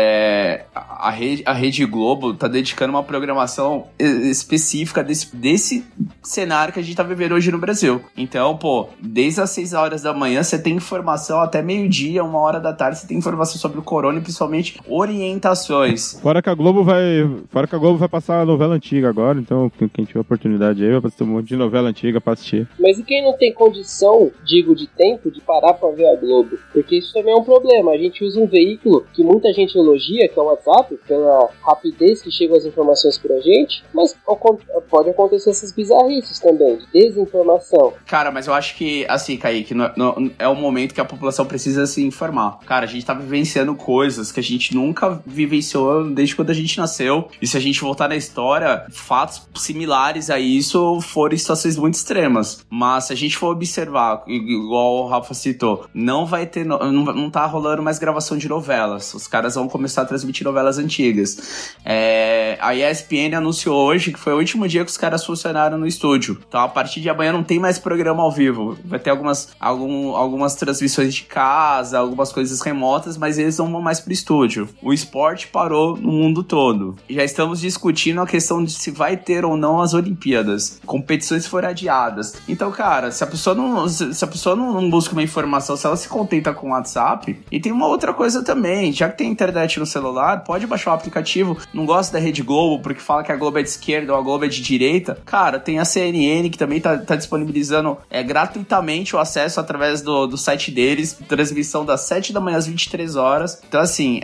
a Rede Globo tá dedicando uma programação específica desse cenário que a gente tá vivendo hoje no Brasil. Então, pô, desde as 6 horas da manhã você tem informação até meio-dia, 1 hora da tarde você tem informação sobre o corona e principalmente orientações. Fora que a Globo vai passar a novela antiga agora, então quem tiver oportunidade aí vai ter um monte de novela antiga pra assistir. Mas e quem não tem condição, de tempo, de parar pra ver a Globo? Porque isso também é um problema. A gente usa um veículo que muita gente elogia, que é o WhatsApp, pela rapidez que chegam as informações pra gente, mas pode acontecer essas bizarrices também, de desinformação. Cara, mas eu acho que, assim, Kaique, é o momento que a população precisa se informar. Cara, a gente tá vivenciando coisas que a gente nunca vivenciou desde quando a gente nasceu, e se a gente voltar na história, fatos similares a isso foram situações muito extremas. Mas se a gente for observar, igual o Rafa citou, não vai ter, não tá rolando mais gravação de novelas. Os caras vão começar a transmitir novelas antigas. A ESPN anunciou hoje que foi o último dia que os caras funcionaram no estúdio. Então a partir de amanhã não tem mais programa ao vivo. Vai ter algumas transmissões de casa, algumas coisas remotas, mas eles não vão mais pro estúdio. O esporte parou no mundo todo. Já estamos discutindo a questão de se vai ter ou não as Olimpíadas. Competições foram adiadas. Então, cara, se a pessoa não busca uma informação, se ela se contenta com o WhatsApp, e tem uma outra coisa também, já que tem internet no celular, pode baixar o aplicativo. Não gosta da Rede Globo porque fala que a Globo é de esquerda ou a Globo é de direita. Cara, tem a CNN que também tá disponibilizando gratuitamente o acesso através do site deles, transmissão das 7 da manhã às 23 horas. Então, assim,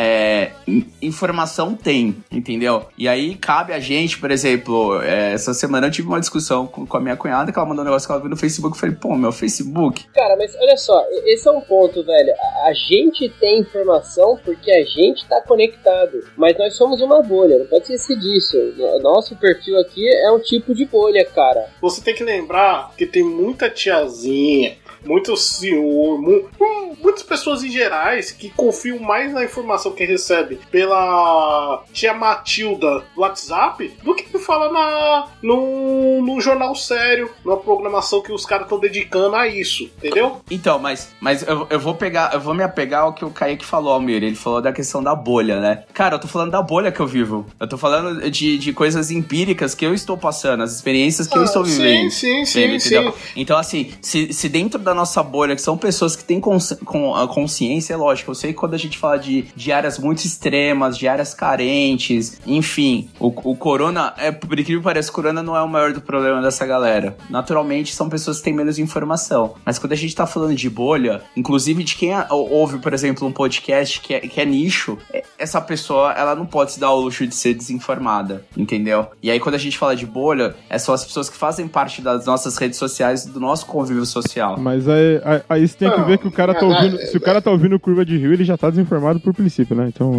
informação tem, entendeu? E aí cabe a gente, por exemplo, essa semana eu tive uma discussão com a minha cunhada, que ela mandou um negócio que ela viu no Facebook, eu falei, pô, meu Facebook? Cara, mas olha só, esse é um ponto, velho. A gente tem informação porque a gente tá conectado, mas nós somos uma bolha, não pode esquecer disso. Nosso perfil aqui é um tipo de bolha, cara. Você tem que lembrar que tem muita tiazinha, muito senhor, muitas pessoas em gerais que confiam mais na informação que recebe pela tia Matilda do WhatsApp do que fala no jornal sério, numa programação que os caras estão dedicando a isso, entendeu? Então, mas eu vou me apegar ao que o Kaique falou, Almir. Ele falou da questão da bolha, né? Cara, eu tô falando da bolha que eu vivo. Eu tô falando de coisas empíricas que eu estou passando, as experiências que eu estou vivendo. Sim. Então, assim, se dentro da nossa bolha, que são pessoas que têm consciência, é lógico, eu sei que quando a gente fala de áreas muito extremas, de áreas carentes, enfim, o corona, por incrível que pareça, o corona não é o maior do problema dessa galera. Naturalmente, são pessoas que têm menos informação. Mas quando a gente tá falando de bolha, inclusive de quem ouve, por exemplo, um podcast que é nicho, essa pessoa, ela não pode se dar o luxo de ser desinformada, entendeu? E aí, quando a gente fala de bolha, são as pessoas que fazem parte das nossas redes sociais, do nosso convívio social. Mas aí você tem que ver que o cara tá ouvindo. Se o cara tá ouvindo Curva de Rio, ele já tá desinformado por princípio, né? Então.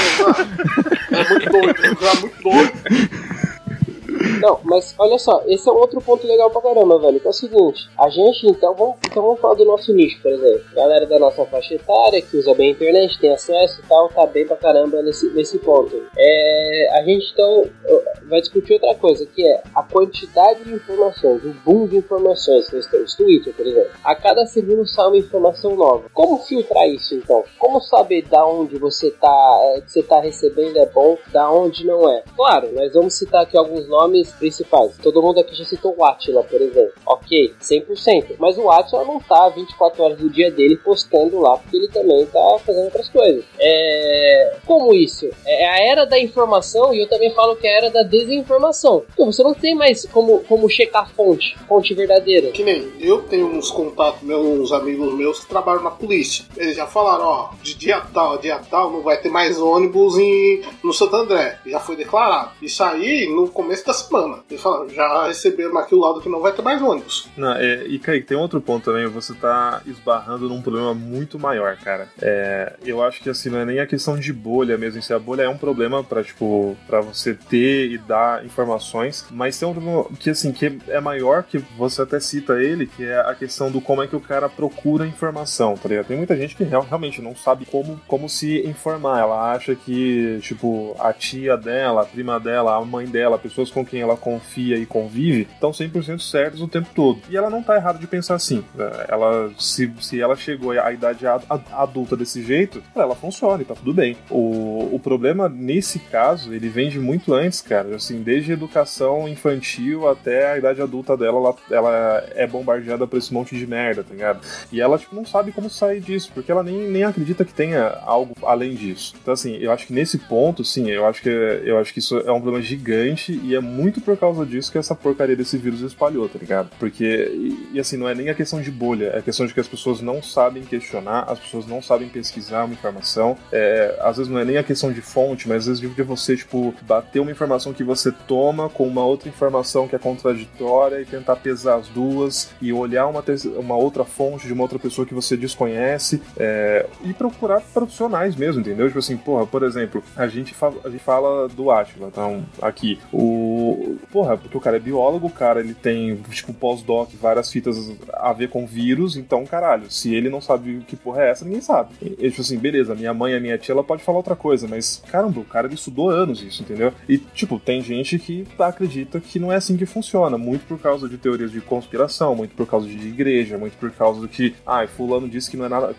É muito doido. Não, mas olha só, esse é um outro ponto legal pra caramba, velho, que é o seguinte, a gente, então vamos falar do nosso nicho, por exemplo, galera da nossa faixa etária, que usa bem a internet, tem acesso e tal, tá bem pra caramba nesse ponto. A gente, então, vai discutir outra coisa, que é a quantidade de informações, o boom de informações, que nós temos, Twitter, por exemplo, a cada segundo sai uma informação nova. Como filtrar isso, então? Como saber da onde você tá recebendo é bom, da onde não é? Claro, nós vamos citar aqui alguns nomes principais. Todo mundo aqui já citou o Átila, por exemplo. Ok, 100%. Mas o Átila não tá 24 horas do dia dele postando lá, porque ele também tá fazendo outras coisas. Como isso? É a era da informação, e eu também falo que é a era da desinformação. Então você não tem mais como checar fonte verdadeira. Que nem eu tenho uns contatos, uns amigos meus que trabalham na polícia. Eles já falaram, ó, de dia tal, não vai ter mais ônibus no Santo André. Já foi declarado. Isso aí no começo da semana. Eles falaram, já receberam aqui o laudo que não vai ter mais ônibus. Não, e Kaique, tem outro ponto também, você tá esbarrando num problema muito maior, cara. Eu acho que assim, não é nem a questão de bolha mesmo, se a bolha é um problema pra você ter e dar informações, mas tem um problema que assim, que é maior, que você até cita ele, que é a questão do como é que o cara procura informação, tá ligado? Tem muita gente que realmente não sabe como se informar, ela acha que, tipo, a tia dela, a prima dela, a mãe dela, pessoas com quem ela confia e convive, estão 100% certos o tempo todo. E ela não tá errado de pensar assim. Se ela chegou à idade adulta desse jeito, ela funciona e tá tudo bem. O problema, nesse caso, ele vem de muito antes, cara. Assim, desde a educação infantil até a idade adulta dela, ela é bombardeada por esse monte de merda, tá ligado? E ela, tipo, não sabe como sair disso, porque ela nem acredita que tenha algo além disso. Então, assim, eu acho que nesse ponto, sim, eu acho que isso é um problema gigante e é muito por causa disso que essa porcaria desse vírus espalhou, tá ligado? Porque, assim, não é nem a questão de bolha, é a questão de que as pessoas não sabem questionar, as pessoas não sabem pesquisar uma informação, às vezes não é nem a questão de fonte, mas às vezes de você, tipo, bater uma informação que você toma com uma outra informação que é contraditória e tentar pesar as duas e olhar uma outra fonte de uma outra pessoa que você desconhece, e procurar profissionais mesmo, entendeu? Tipo assim, porra, por exemplo, a gente fala do Átila, então, aqui, porque o cara é biólogo, o cara, ele tem, tipo, pós-doc, várias fitas a ver com vírus, então, caralho, se ele não sabe que porra é essa, ninguém sabe. E, tipo assim, beleza, minha mãe e a minha tia, ela pode falar outra coisa, mas, caramba, o cara, ele estudou anos isso, entendeu? E, tipo, tem gente que acredita que não é assim que funciona, muito por causa de teorias de conspiração, muito por causa de igreja, muito por causa do que, fulano disse que não é nada,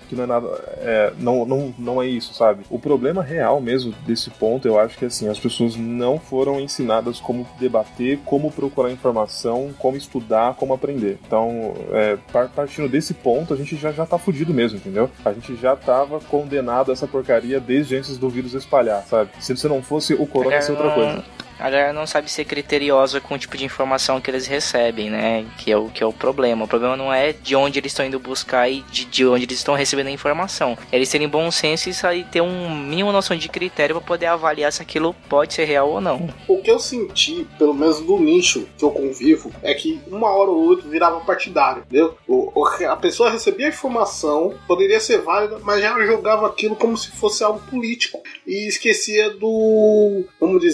não é isso, sabe? O problema real mesmo desse ponto, eu acho que, assim, as pessoas não foram ensinadas como debater, como procurar informação, como estudar, como aprender. Então, partindo desse ponto, a gente já tá fudido mesmo, entendeu? A gente já tava condenado a essa porcaria desde antes do vírus espalhar, sabe? Se não fosse o corona, ia ser outra coisa. A galera não sabe ser criteriosa com o tipo de informação que eles recebem, né? Que é o problema. O problema não é de onde eles estão indo buscar e de onde eles estão recebendo a informação. Eles terem bom senso e ter uma mínima noção de critério para poder avaliar se aquilo pode ser real ou não. O que eu senti, pelo menos do nicho que eu convivo, é que uma hora ou outra virava partidário, entendeu? A pessoa recebia a informação, poderia ser válida, mas já jogava aquilo como se fosse algo político e esquecia do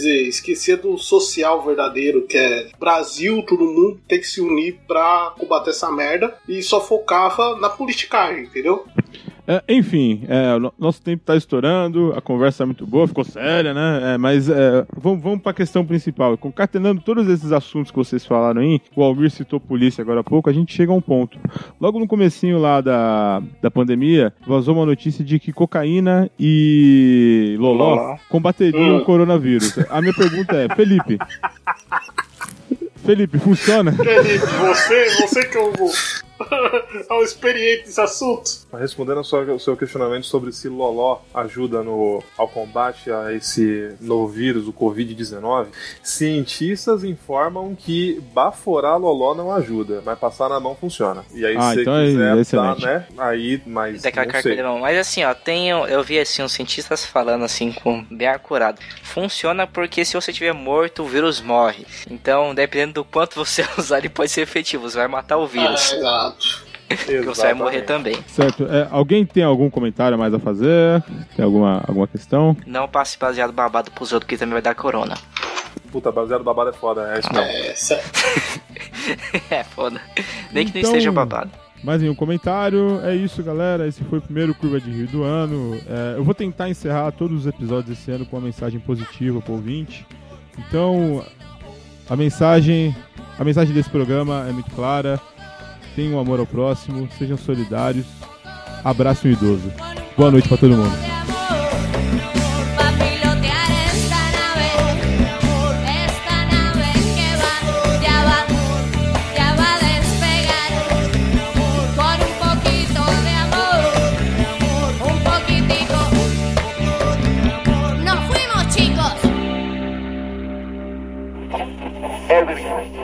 social verdadeiro, que é Brasil, todo mundo tem que se unir pra combater essa merda, e só focava na politicagem, entendeu? Enfim, nosso tempo tá estourando, a conversa é muito boa, ficou séria, né? Mas vamos pra questão principal. Concatenando todos esses assuntos que vocês falaram aí, o Almir citou polícia agora há pouco, a gente chega a um ponto. Logo no comecinho lá da pandemia, vazou uma notícia de que cocaína e loló combateriam o coronavírus. A minha pergunta é, Felipe, funciona? Felipe, você que é o experiente nesse assunto. Respondendo ao seu questionamento sobre se loló ajuda ao combate a esse novo vírus, o Covid-19, cientistas informam que baforar loló não ajuda, mas passar na mão funciona. E aí, se então quiser, tá, né? Aí, mas não sei. Mas assim, ó, eu vi assim, uns cientistas falando assim, bem acurado. Funciona porque se você estiver morto, o vírus morre. Então, dependendo do quanto você usar, ele pode ser efetivo. Você vai matar o vírus. Exato. Você vai morrer também. Certo. Alguém tem algum comentário a mais a fazer? Tem alguma questão? Não passe baseado babado pros outros, que também vai dar corona. Puta, baseado babado é foda, é isso mesmo. É foda. Nem que não esteja babado. Mais nenhum comentário. É isso, galera. Esse foi o primeiro Curva de Rio do ano. Eu vou tentar encerrar todos os episódios esse ano com uma mensagem positiva pro ouvinte. Então, a mensagem desse programa é muito clara. Tenham amor ao próximo, sejam solidários, abraço um idoso. Boa noite pra todo mundo. Calgary.